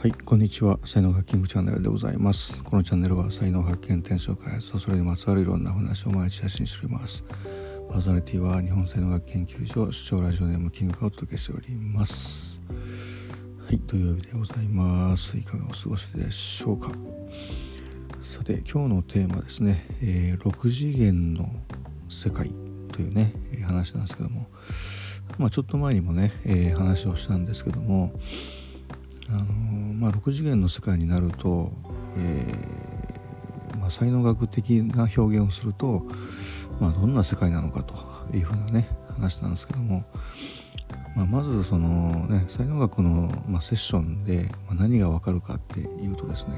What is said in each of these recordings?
はい、こんにちは。才能ハッキングチャンネルでございます。このチャンネルは才能発見、転職開発とそれにまつわるいろんな話を毎日発信しております。パーソナリティは日本才能学研究所主張ラジオネームキングがお届けしております。はい、土曜日でございます。いかがお過ごしでしょうか。さて、今日のテーマですね、6次元の世界というね、話なんですけども、ちょっと前にもね、話をしたんですけども、6次元の世界になると、才能学的な表現をすると、どんな世界なのかというふうなね話なんですけども、まずそのね才能学の、セッションで、何がわかるかっていうとですね、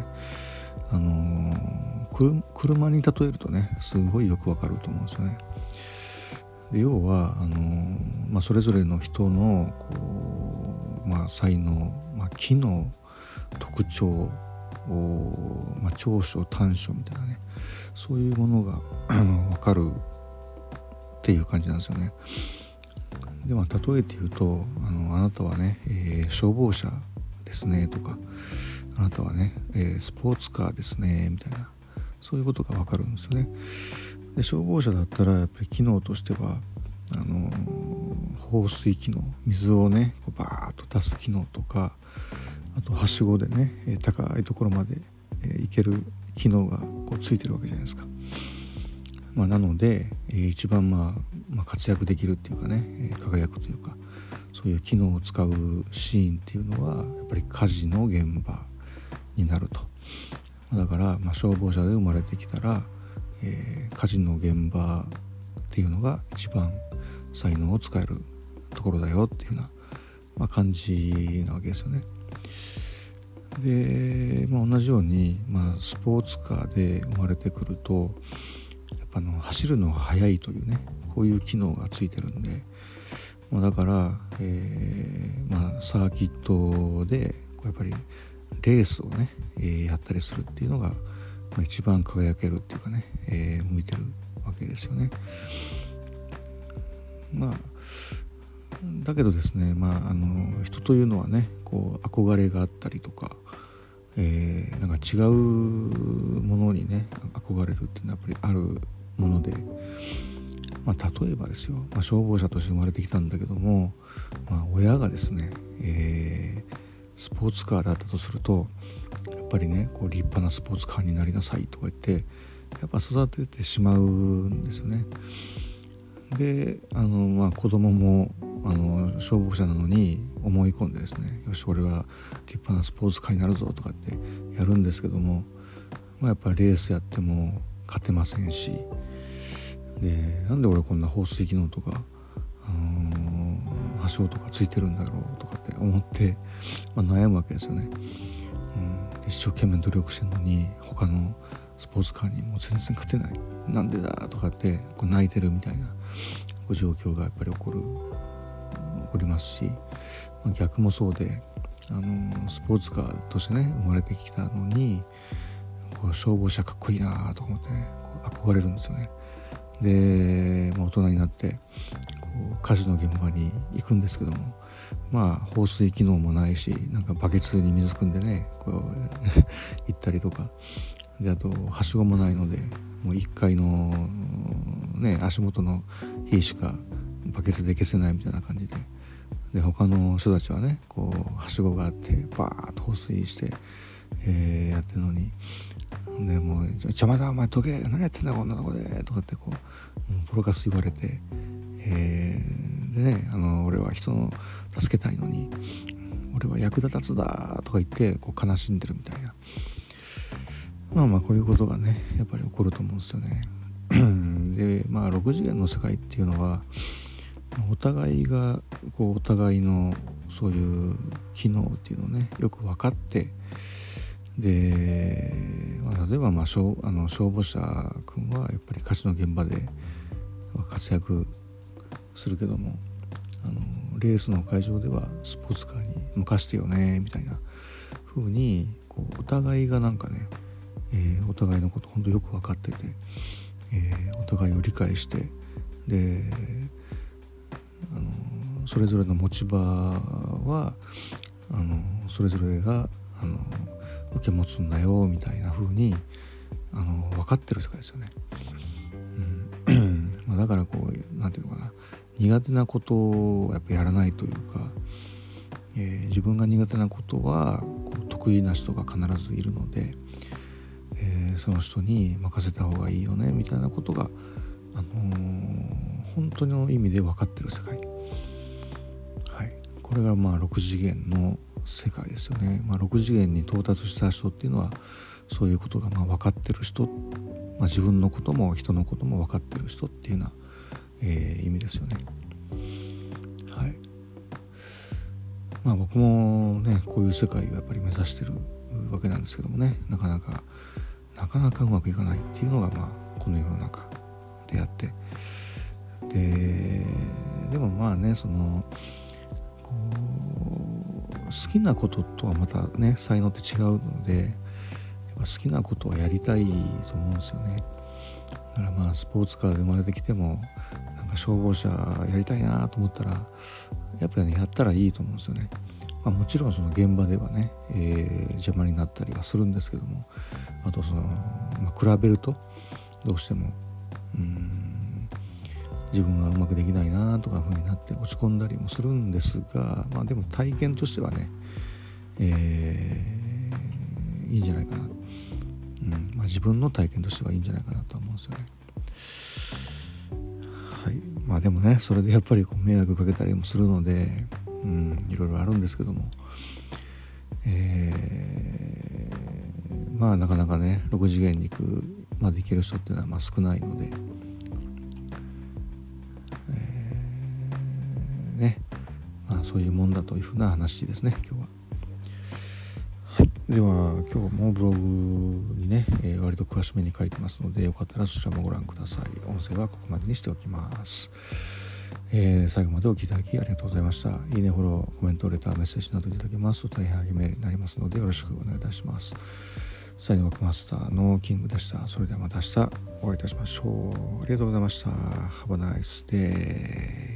車に例えるとねすごいよくわかると思うんですよね。で要はそれぞれの人の才能、機能、特徴、長所短所みたいなね、そういうものが分かるっていう感じなんですよね。で例えて言うとあなたはね、消防車ですねとか、あなたはね、スポーツカーですねみたいな、そういうことが分かるんですよね。で消防車だったらやっぱり機能としては放水機能、水をねこうバーッと出す機能とか、あとはしごでね高いところまで行ける機能がこうついてるわけじゃないですか。なので一番活躍できるっていうかね、輝くというか、そういう機能を使うシーンっていうのはやっぱり火事の現場になると。だから消防車で生まれてきたら、火事の現場っていうのが一番才能を使えるところだよっていうような、感じなわけですよね。で、同じように、スポーツカーで生まれてくるとやっぱ走るのが速いというね、こういう機能がついてるんで、だから、サーキットでやっぱりレースをね、やったりするっていうのが、一番輝けるっていうかね、向いてるわけですよね。だけどですね、人というのはねこう憧れがあったりとか、なんか違うものにね憧れるっていうのはやっぱりあるもので、例えばですよ、消防車として生まれてきたんだけども、親がですね、スポーツカーだったとするとやっぱりねこう立派なスポーツカーになりなさいとか言ってやっぱ育ててしまうんですよね。で子供も消防車なのに思い込んでですね、よし俺は立派なスポーツカーになるぞとかってやるんですけども、やっぱりレースやっても勝てませんし、でなんで俺こんな放水機能とか、はしごとかついてるんだろうとかって思って、悩むわけですよね。一生懸命努力してるのに他のスポーツカーにもう全然勝てない、なんでだとかってこう泣いてるみたいな状況がやっぱり起こりますし、逆もそうでスポーツカーとしてね生まれてきたのにこう消防車かっこいいなと思ってねこう憧れるんですよね。で、大人になってこう火事の現場に行くんですけども、放水機能もないし、なんかバケツに水汲んでねこう行ったりとかで、あとはしごもないのでもう1階のね足元の火しかバケツで消せないみたいな感じで、他の人たちはねこうはしごがあってバーッと放水して、やってるのに、でもう邪魔だお前どけ何やってんだこんなとこでとかってこうボロカス言われて、でね俺は人の助けたいのに俺は役立たずだとか言ってこう悲しんでるみたいな、こういうことがねやっぱり起こると思うんですよね。で6次元の世界っていうのはお互いがこうお互いのそういう機能っていうのをねよく分かって、で、例えば消防車君はやっぱり火事の現場で活躍するけどもレースの会場ではスポーツカーに任してよねみたいな風にこうお互いがなんかね、お互いのこと本当よく分かってて、お互いを理解して、でそれぞれの持ち場はそれぞれが受け持つんだよみたいな風に分かってる世界ですよね。まあ、だからこうなんていうのかな、苦手なことをやっぱやらないというか、自分が苦手なことはこう得意な人が必ずいるので、その人に任せた方がいいよねみたいなことが、本当の意味で分かってる世界、はい、これがまあ6次元の世界ですよね。まあ、6次元に到達した人っていうのはそういうことがまあ分かってる人、自分のことも人のことも分かってる人っていうような、意味ですよね。はい。僕もねこういう世界をやっぱり目指してるわけなんですけどもね、なかなかうまくいかないっていうのがこの世の中であって、でもこう好きなこととはまたね才能って違うので、やっぱ好きなことはやりたいと思うんですよね。だからスポーツカーで生まれてきても消防車やりたいなと思ったらやっぱりねやったらいいと思うんですよね。もちろんその現場ではね、邪魔になったりはするんですけども、あと比べるとどうしても自分はうまくできないなとか風になって落ち込んだりもするんですが、でも体験としてはね、いいんじゃないかな、自分の体験としてはいいんじゃないかなと思うんですよね。はい。でもねそれでやっぱり迷惑かけたりもするので、いろいろあるんですけども、なかなかね6次元に行くまで行ける人っていうのは少ないので、そういうもんだというふうな話ですね今日は。はい。では今日もブログにね、割と詳しめに書いてますので、よかったらそちらもご覧ください。音声はここまでにしておきます。最後までお聞きいただきありがとうございました。いいね、フォロー、コメント、レター、メッセージなどいただけますと大変励みになりますのでよろしくお願いいたします。才能学マスターのキングでした。それではまた明日お会いいたしましょう。ありがとうございました。Have a nice day.